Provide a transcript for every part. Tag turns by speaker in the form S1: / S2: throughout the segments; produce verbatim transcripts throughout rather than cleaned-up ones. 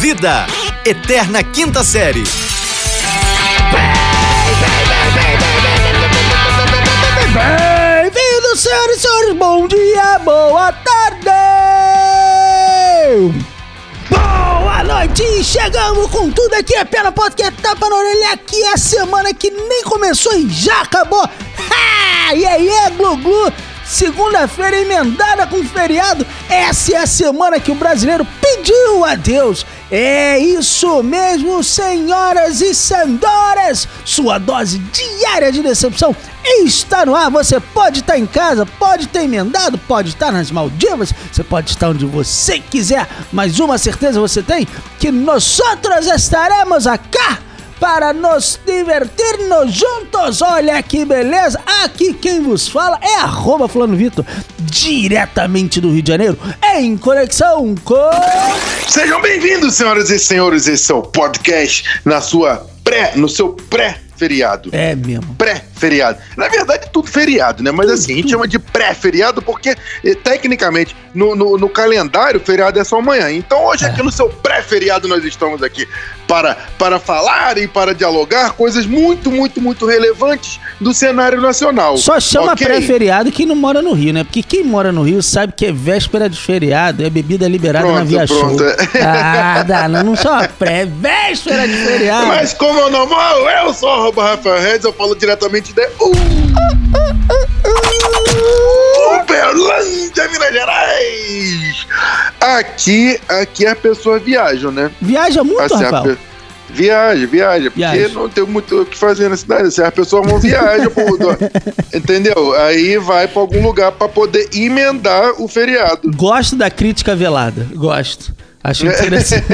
S1: Vida, Eterna Quinta Série.
S2: Bem-vindos, senhoras e senhores, bom dia, boa tarde, boa noite, chegamos com tudo aqui, é pela podcast Tapa na Orelha, aqui é a semana que nem começou e já acabou, ha! E aí, é, glu glu, segunda-feira emendada com feriado, essa é a semana que o brasileiro pediu a Deus. É isso mesmo, senhoras e senhores, sua dose diária de decepção está no ar. Você pode estar em casa, pode ter emendado, pode estar nas Maldivas, você pode estar onde você quiser, mas uma certeza você tem, que nós outros estaremos aqui para nos divertirmos juntos. Olha que beleza, aqui quem vos fala é arroba Fulano Vitor, diretamente do Rio de Janeiro, em conexão com...
S3: Sejam bem-vindos, senhoras e senhores, esse é o podcast na sua pré, no seu pré-feriado.
S2: É mesmo.
S3: Pré-feriado. Na verdade, tudo feriado, né? Mas assim, a gente chama de pré-feriado porque, tecnicamente, no, no, no calendário, o feriado é só amanhã. Então, hoje, é. aqui no seu pré-feriado, nós estamos aqui para, para falar e para dialogar coisas muito, muito, muito relevantes do cenário nacional.
S2: Só chama
S3: okay?
S2: pré-feriado quem não mora no Rio, né? Porque quem mora no Rio sabe que é véspera de feriado, é bebida liberada
S3: pronto,
S2: na Via
S3: pronto.
S2: Show. Ah, dá, não, não chama pré, é véspera de feriado.
S3: Mas como é normal, eu sou o arroba Rafael Redes, eu falo diretamente de uh, Uberlândia, Minas Gerais. Aqui, aqui a pessoa viaja, né?
S2: Viaja muito, assim, Rafael?
S3: Pe... Viaja, viaja,
S2: viaja,
S3: porque não tem muito o que fazer na cidade. Assim, as pessoas vão viajar, pô, entendeu? Aí vai pra algum lugar pra poder emendar o feriado.
S2: Gosto da crítica velada, gosto. Acho interessante.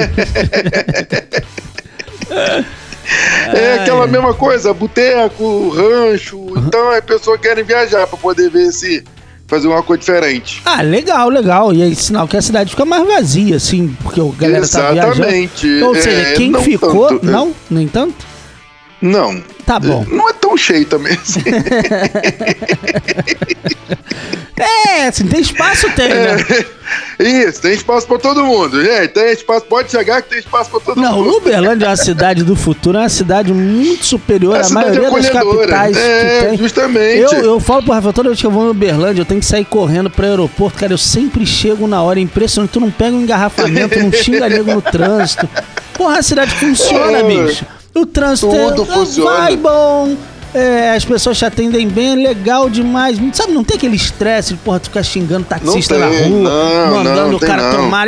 S3: É aquela mesma coisa, boteco, rancho, uhum. Então as pessoas querem viajar pra poder ver se fazer uma coisa diferente.
S2: Ah, legal, legal. E aí, sinal que a cidade fica mais vazia, assim, porque a galera
S3: exatamente.
S2: Tá viajando. Ou seja, é, quem ficou... Tanto, não? É. Nem tanto?
S3: Não.
S2: Tá bom.
S3: Não é tão cheio também assim.
S2: É, assim, tem espaço, tem, né?
S3: É, isso, tem espaço pra todo mundo. Gente, tem espaço, pode chegar que tem espaço pra todo
S2: não,
S3: mundo.
S2: Não, Uberlândia é uma cidade do futuro, é uma cidade muito superior à maioria das capitais
S3: é,
S2: que tem.
S3: Justamente.
S2: Eu, eu falo pro Rafael, toda vez que eu vou em Uberlândia, eu tenho que sair correndo pro aeroporto, cara, eu sempre chego na hora, é impressionante, tu não pega um engarrafamento, não xinga nego no trânsito. Porra, a cidade funciona, bicho. O trânsito
S3: Tudo
S2: é,
S3: funciona.
S2: Vai bom. É, as pessoas te atendem bem, é legal demais. Sabe, não tem aquele estresse de, porra, tu ficar xingando taxista
S3: tem,
S2: na rua,
S3: não,
S2: mandando
S3: não,
S2: o cara
S3: não.
S2: tomar.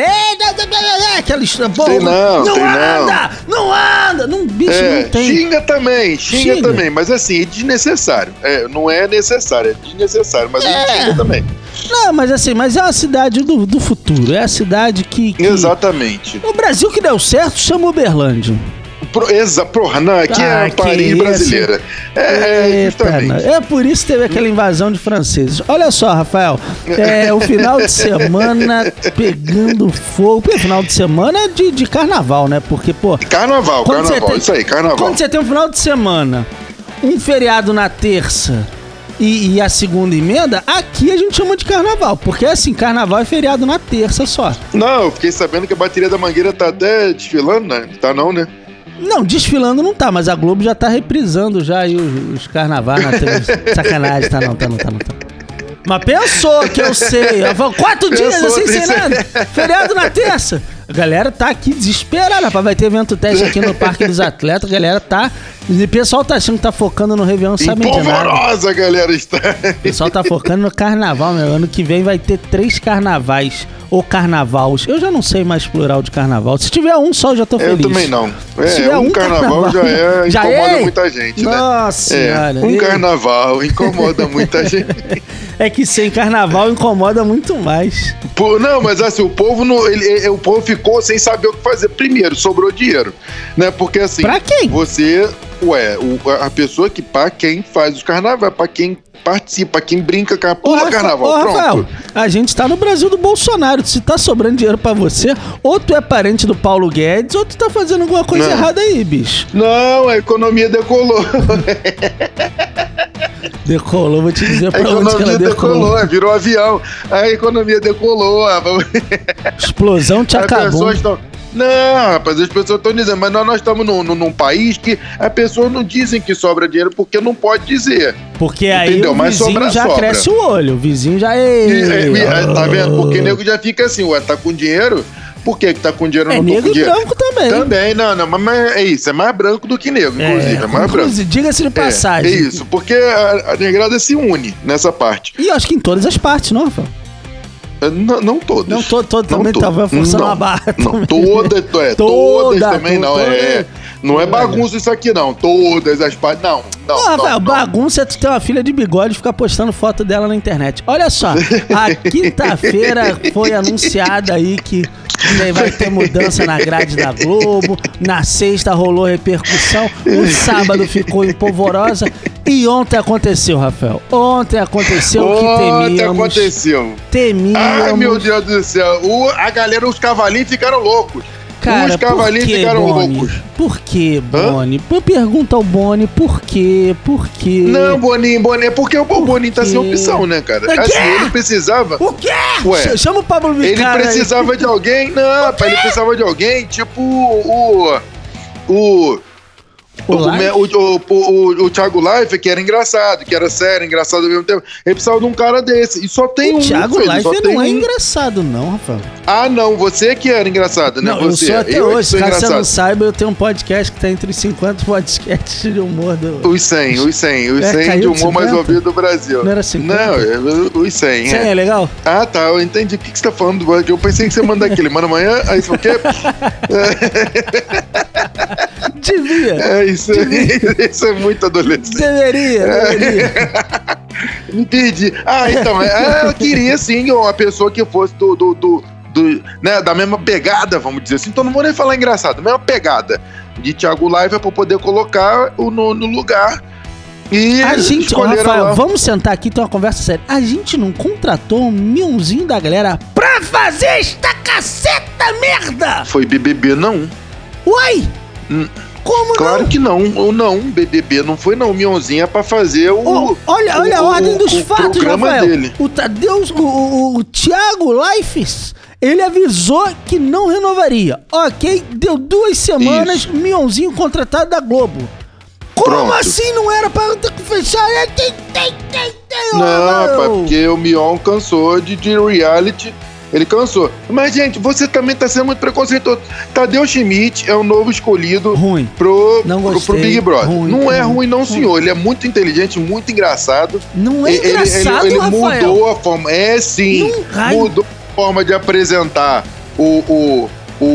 S2: Aquela estresse, porra,
S3: não,
S2: não
S3: tem
S2: anda, não, não anda. Não, bicho,
S3: é,
S2: não tem.
S3: Xinga também, xinga,
S2: xinga
S3: também, mas assim, é desnecessário. É, não é necessário, é desnecessário, mas é. xinga também.
S2: Não, mas assim, mas é a cidade do, do futuro, é a cidade que, que...
S3: Exatamente.
S2: O Brasil que deu certo chama Uberlândia.
S3: Pro, exa, porra, não, aqui ah, é a Paris brasileira. É, é, justamente.
S2: É por isso que teve aquela invasão de franceses. Olha só, Rafael, é o final de semana pegando fogo. Porque final de semana é de, de carnaval, né? Porque, pô...
S3: Carnaval, carnaval, tem, isso aí, carnaval.
S2: Quando você tem um final de semana, um feriado na terça e, e a segunda emenda, aqui a gente chama de carnaval. Porque, assim, carnaval é feriado na terça só.
S3: Não, eu fiquei sabendo que a bateria da Mangueira tá até desfilando, né? Tá não, né?
S2: Não, desfilando não tá, mas a Globo já tá reprisando já aí os, os carnavais na televisão. Sacanagem, tá não, tá não, tá não, tá. Mas pensou que eu sei. Eu falo, quatro dias assim sem nada. Feriado na terça. A galera tá aqui desesperada, rapaz. Vai ter evento teste aqui no Parque dos Atletas. A galera tá... O pessoal tá achando que tá focando no Réveillon, não sabe de nada.
S3: Polvorosa a galera está.
S2: O pessoal tá focando no carnaval, meu. Ano que vem vai ter três carnavais. Ou carnavals. Eu já não sei mais plural de carnaval. Se tiver um só, eu já tô feliz.
S3: Eu também não. É,
S2: Se tiver
S3: um,
S2: um
S3: carnaval, carnaval já, é,
S2: já
S3: incomoda
S2: é?
S3: muita gente,
S2: Nossa,
S3: né?
S2: Nossa,
S3: é, Um carnaval incomoda muita gente.
S2: É que sem carnaval incomoda muito mais.
S3: Pô, não, mas assim, o povo, não, ele, ele, o povo ficou sem saber o que fazer. Primeiro, sobrou dinheiro, né? Porque assim...
S2: Pra quem?
S3: Você... Ué, o, a pessoa que, pra quem faz os carnavais, pra quem participa, quem brinca com a porra carnaval,
S2: ô,
S3: pronto.
S2: Rafael, a gente tá no Brasil do Bolsonaro. Se tá sobrando dinheiro pra você, ou tu é parente do Paulo Guedes, ou tu tá fazendo alguma coisa
S3: não.
S2: errada aí, bicho.
S3: Não, a economia decolou.
S2: Decolou, vou te dizer pra
S3: a
S2: onde que ela decolou.
S3: decolou. Virou avião. A economia decolou.
S2: Explosão te
S3: As
S2: acabou.
S3: Pessoas tão, Não, rapaz, as pessoas estão dizendo, mas nós, nós estamos num, num, num país que as pessoas não dizem que sobra dinheiro porque não pode dizer.
S2: Porque aí
S3: entendeu?
S2: o
S3: Mas
S2: vizinho
S3: sobra,
S2: já
S3: sobra.
S2: cresce o olho, o vizinho já...
S3: E, e, e, tá vendo? Porque o nego já fica assim, ué, tá com dinheiro... Por que que tá com dinheiro e
S2: É
S3: não tô
S2: negro
S3: com
S2: e
S3: dinheiro?
S2: branco também.
S3: Também, não, não, mas, mas é isso, é mais branco do que negro, inclusive, é, é mais branco.
S2: Diga-se de passagem.
S3: É, é isso, porque a, a negrada se une nessa parte.
S2: E eu acho que em todas as partes, não, Rafael?
S3: Não, não todas.
S2: Não, todo, todo
S3: não
S2: também tava forçando
S3: não,
S2: a barra.
S3: Não, todas, é, todas
S2: Toda,
S3: também não,
S2: toda,
S3: é. Não é bagunça isso aqui, não. Todas as partes, não. Não,
S2: Não, Rafael,
S3: não,
S2: bagunça é tu ter uma filha de bigode e ficar postando foto dela na internet. Olha só, a quinta-feira foi anunciada aí que vai ter mudança na grade da Globo, na sexta rolou repercussão, o sábado ficou em polvorosa e ontem aconteceu, Rafael. Ontem aconteceu o que temíamos.
S3: Ontem aconteceu.
S2: Temíamos.
S3: Ai, meu Deus do céu. O, a galera, os cavalinhos ficaram loucos.
S2: Cara,
S3: Os cavalinhos
S2: por que,
S3: ficaram
S2: Boni?
S3: loucos.
S2: Por que, Boni? Pergunta ao Boni, por quê? Por quê?
S3: Não, Boninho, Boninho, porque o Boninho tá sem opção, né, cara?
S2: O
S3: Assim,
S2: quê?
S3: ele precisava...
S2: O quê?
S3: Ué,
S2: Chama o Pablo Vittar.
S3: Ele precisava
S2: aí.
S3: de alguém... Não, rapaz, ele precisava de alguém, tipo o... O... O,
S2: O,
S3: o, o, o, o, o Thiago Leifert, que era engraçado, que era sério, engraçado ao mesmo tempo. Ele precisava de um cara desse. E só tem
S2: o
S3: um.
S2: Thiago
S3: filho,
S2: Leifert
S3: tem
S2: não é
S3: um.
S2: engraçado, não, Rafael.
S3: Ah, não, você que era engraçado, né?
S2: Não,
S3: você.
S2: eu sou até
S3: eu
S2: hoje.
S3: sou
S2: Caso você
S3: engraçado.
S2: não saiba, eu tenho um podcast que tá entre os cinquenta podcasts de humor do...
S3: Os cem, os cem, os
S2: É,
S3: cem
S2: caiu
S3: de
S2: de
S3: humor mais
S2: cinquenta?
S3: ouvido do Brasil.
S2: Não era cinquenta?
S3: Não, é, os cem.
S2: cem
S3: é.
S2: é legal?
S3: Ah, tá, eu entendi. O que, que você tá falando? Eu pensei que você ia mandar aquele. Manda amanhã, aí você falou o quê?
S2: Devia.
S3: É, isso, é, isso é muito adolescente.
S2: Deveria, deveria.
S3: Me perdi. Ah, então, é, eu queria sim uma pessoa que fosse do, do, do, do, né, da mesma pegada, vamos dizer assim. Então não vou nem falar engraçado, da mesma pegada de Thiago Leifert pra poder colocar o no, no lugar. E
S2: A gente, ó,
S3: escolheram
S2: Rafael,
S3: lá.
S2: vamos sentar aqui e ter uma conversa séria. A gente não contratou um mionzinho da galera pra fazer esta caceta merda!
S3: Foi B B B, não.
S2: Uai!
S3: Hum.
S2: Como
S3: Claro
S2: não?
S3: que não, ou não, B B B não foi não, Mionzinha pra fazer o...
S2: Oh, olha, olha
S3: o,
S2: a ordem
S3: o,
S2: dos
S3: o
S2: fatos,
S3: programa
S2: Rafael.
S3: dele.
S2: O Tadeu, o, o, o Thiago Leifert, ele avisou que não renovaria. Ok, deu duas semanas,
S3: Isso.
S2: Mionzinho contratado da Globo. Como
S3: Pronto.
S2: assim não era pra ter que fechar? É, tem, tem, tem, tem,
S3: Não,
S2: oh,
S3: rapaz, porque o Mion cansou de, de reality, ele cansou. Mas, gente, você também tá sendo muito preconceituoso. Tadeu Schmidt é o novo escolhido
S2: Ruim.
S3: pro,
S2: Não
S3: pro,
S2: gostei.
S3: pro Big Brother.
S2: Ruim,
S3: não é
S2: ruim,
S3: ruim, não,
S2: ruim.
S3: senhor. Ele é muito inteligente, muito engraçado.
S2: Não é
S3: Ele- ele-
S2: engraçado,
S3: ele, ele
S2: Rafael.
S3: mudou a forma. É sim.
S2: Não, ai.
S3: Mudou a forma de apresentar o. o,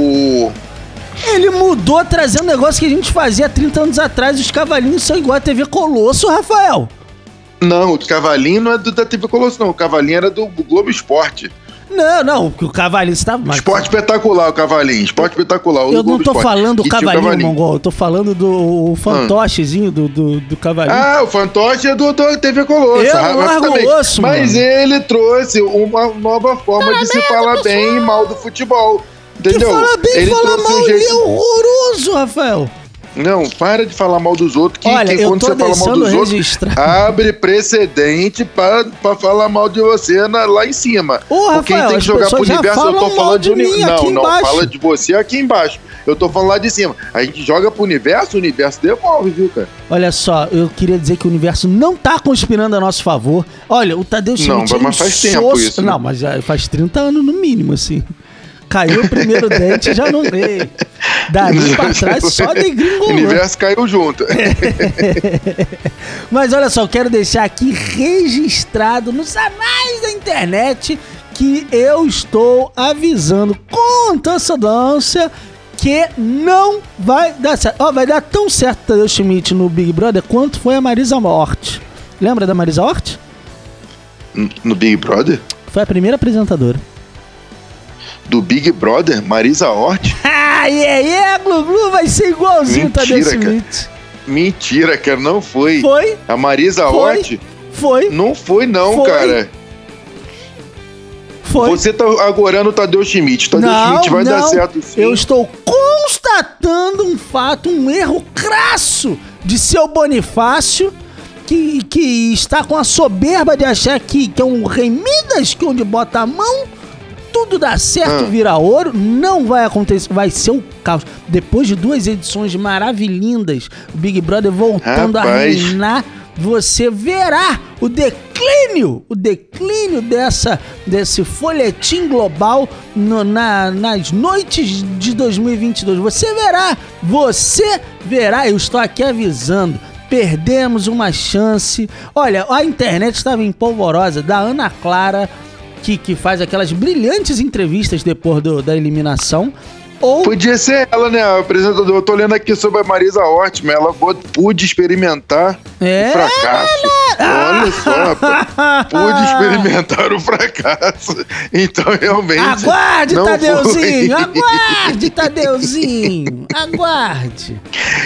S3: o
S2: Ele mudou trazendo um negócio que a gente fazia há trinta anos atrás. Os cavalinhos são igual a T V Colosso, Rafael.
S3: não, o Cavalinho não é do, da T V Colosso, não. O Cavalinho era do Globo Esporte.
S2: Não, não, o cavalinho você tá... mas-
S3: Esporte espetacular, o Cavalinho. Esporte espetacular. o
S2: Eu não
S3: Globo
S2: tô
S3: Esporte.
S2: falando do
S3: Que tinha o
S2: cavalinho, Mongol. Eu tô falando do o fantochezinho do, do, do cavalinho.
S3: Ah, o fantoche é do, do T V Colosso.
S2: Eu
S3: ah,
S2: largo
S3: também.
S2: o osso,
S3: Mas
S2: mano.
S3: ele trouxe uma nova forma de se falar bem e mal do futebol.
S2: que
S3: Entendeu?
S2: fala bem,
S3: ele
S2: fala
S3: trouxe
S2: mal,
S3: um
S2: ele
S3: jeito...
S2: é horroroso, Rafael.
S3: Não, para de falar mal dos outros. Que,
S2: Olha,
S3: que
S2: eu
S3: quando
S2: tô
S3: você fala mal
S2: deixando
S3: dos outros,
S2: registrado.
S3: abre precedente pra, pra falar mal de você na- lá em cima.
S2: Ô,
S3: Porque
S2: Rafael,
S3: tem
S2: as
S3: que jogar pro
S2: pessoas já
S3: universo. Eu
S2: falam
S3: tô
S2: mal
S3: falando
S2: de
S3: de uni-
S2: mim
S3: Não,
S2: aqui
S3: não,
S2: embaixo.
S3: fala de você aqui embaixo. Eu tô falando lá de cima. A gente joga pro universo, o universo devolve, viu, cara?
S2: Olha só, eu queria dizer que o universo não tá conspirando a nosso favor. Olha, o Tadeu Schmidt...
S3: Não, mas
S2: é um
S3: faz tempo
S2: insosso-
S3: isso, né?
S2: Não, mas já faz trinta anos no mínimo, assim. Caiu o primeiro dente, já não veio. Dali pra trás, só
S3: O
S2: degringolou.
S3: universo caiu junto.
S2: Mas olha só, eu quero deixar aqui registrado nos anais da internet que eu estou avisando com antecedência que não vai dar certo. Ó, vai dar tão certo o Tadeu Schmidt no Big Brother quanto foi a Marisa Hort. Lembra da Marisa Hort?
S3: No Big Brother?
S2: Foi a primeira apresentadora.
S3: Do Big Brother? Marisa Hort?
S2: Ah, yeah, yeah, Glu Glu vai ser igualzinho o Tadeu
S3: Mentira, cara.
S2: Schmidt.
S3: Mentira, cara, não foi.
S2: Foi,
S3: A Marisa
S2: Foi.
S3: Hort?
S2: foi,
S3: Não foi, não,
S2: Foi.
S3: cara.
S2: foi.
S3: Você tá agorando o Tadeu Schmidt. Tadeu
S2: Não,
S3: Schmidt vai dar
S2: não.
S3: certo sim.
S2: Eu estou constatando um fato, um erro crasso de seu Bonifácio, que, que está com a soberba de achar que, que é um rei Midas, que onde bota a mão, tudo dar certo,
S3: Ah.
S2: virar ouro, não vai acontecer, vai ser o caos. Depois de duas edições maravilhindas, o Big Brother voltando
S3: Rapaz.
S2: a reinar, você verá o declínio, o declínio dessa, desse folhetim global no- na- nas noites de dois mil e vinte e dois. Você verá, você verá, eu estou aqui avisando. Perdemos uma chance. Olha, a internet estava em polvorosa da Ana Clara, que, que faz aquelas brilhantes entrevistas depois do- da eliminação. Ou
S3: Podia ser ela, né? A apresentadora. Eu tô lendo aqui sobre a Marisa Hort, mas ela pôde experimentar
S2: É,
S3: o fracasso. Olha só, pá, pude experimentar o fracasso. Então, realmente.
S2: Aguarde,
S3: não
S2: Tadeuzinho!
S3: foi.
S2: Aguarde, Tadeuzinho! Aguarde!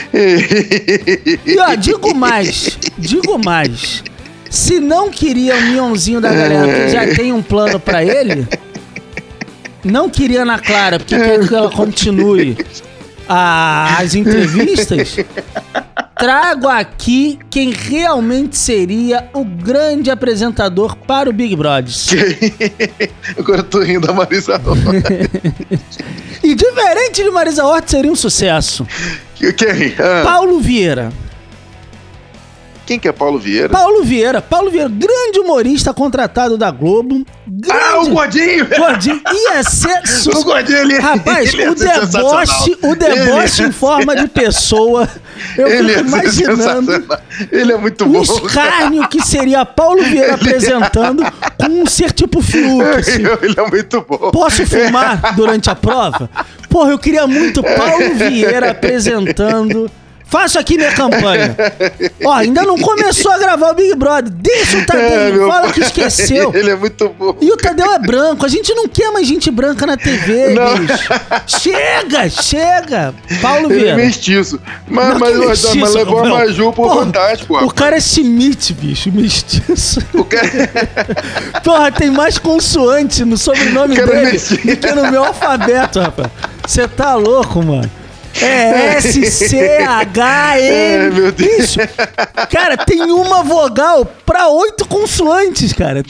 S2: E ó, digo mais, digo mais. Se não queria o Mionzinho da galera, que já tem um plano pra ele, não queria Ana Clara, porque quer que ela continue a- as entrevistas, trago aqui quem realmente seria o grande apresentador para o Big Brother.
S3: Agora eu tô rindo da Marisa Hort.
S2: E diferente de Marisa Hort, seria um sucesso.
S3: Quem? Ah,
S2: Paulo Vieira.
S3: quem que é Paulo Vieira?
S2: Paulo Vieira. Paulo Vieira, grande humorista contratado da Globo. Grande...
S3: Ah, o Gordinho!
S2: Gordinho. Ia ser... Su...
S3: O Gordinho, ele,
S2: Rapaz,
S3: ele ia
S2: o
S3: ser
S2: deboche,
S3: sensacional.
S2: o deboche
S3: Ele-
S2: em forma de pessoa. Eu
S3: Ele
S2: fico
S3: ia ser
S2: imaginando
S3: sensacional. Ele é muito
S2: o
S3: bom.
S2: escárnio que seria Paulo Vieira apresentando com um ser tipo Fiuk, assim.
S3: Ele é muito bom.
S2: Posso filmar durante a prova? Porra, eu queria muito Paulo Vieira apresentando. Faço aqui minha campanha. Ó, ainda não começou a gravar o Big Brother. Deixa o Tadeu,
S3: É, meu
S2: fala
S3: pai.
S2: que esqueceu.
S3: Ele é muito bom.
S2: E o Tadeu é branco. A gente não quer mais gente branca na T V,
S3: Não.
S2: bicho. Chega, chega. Paulo
S3: Ele é
S2: Vieira.
S3: mestiço. Mas,
S2: Não,
S3: mas,
S2: que
S3: mas,
S2: mestiço,
S3: mas levou
S2: Rafael.
S3: a Maju pro
S2: Porra,
S3: Fantástico.
S2: O
S3: rapaz.
S2: cara é Schmidt, bicho, mestiço.
S3: O cara...
S2: Porra, tem mais consoante no sobrenome
S3: Cara,
S2: dele
S3: mestiço.
S2: do que no meu alfabeto, rapaz. Você tá louco, mano. É S C H
S3: É,
S2: M.
S3: meu Deus.
S2: Bicho, cara, tem uma vogal pra oito consoantes, cara.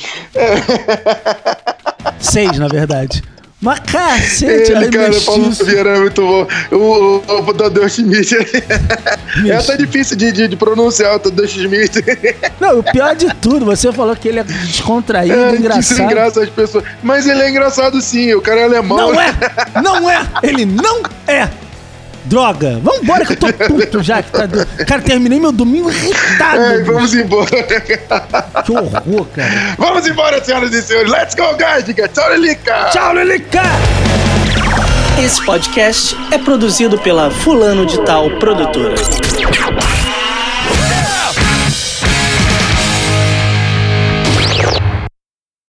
S2: Seis, na verdade. Mas cacete,
S3: Ele,
S2: aí
S3: cara, Paulo
S2: mestiço.
S3: Vieira é muito bom. O, o, o Tadeu Schmidt. Essa é difícil de, de, de pronunciar, o Tadeu Schmidt.
S2: Não, o pior de tudo, você falou que ele é descontraído,
S3: É, que se
S2: engraçado.
S3: engraça as pessoas. Mas ele é engraçado sim, o cara é alemão.
S2: Não é! Não é! Ele não é! Droga! Vambora que eu tô puto já que tá... do- Cara, terminei meu domingo irritado.
S3: É,
S2: bicho.
S3: vamos embora.
S2: Que horror, cara.
S3: Vamos embora, senhoras e senhores. Let's go, guys. Diga tchau, Lilica.
S2: Tchau, Lilica!
S4: Esse podcast é produzido pela Fulano de Tal Produtora.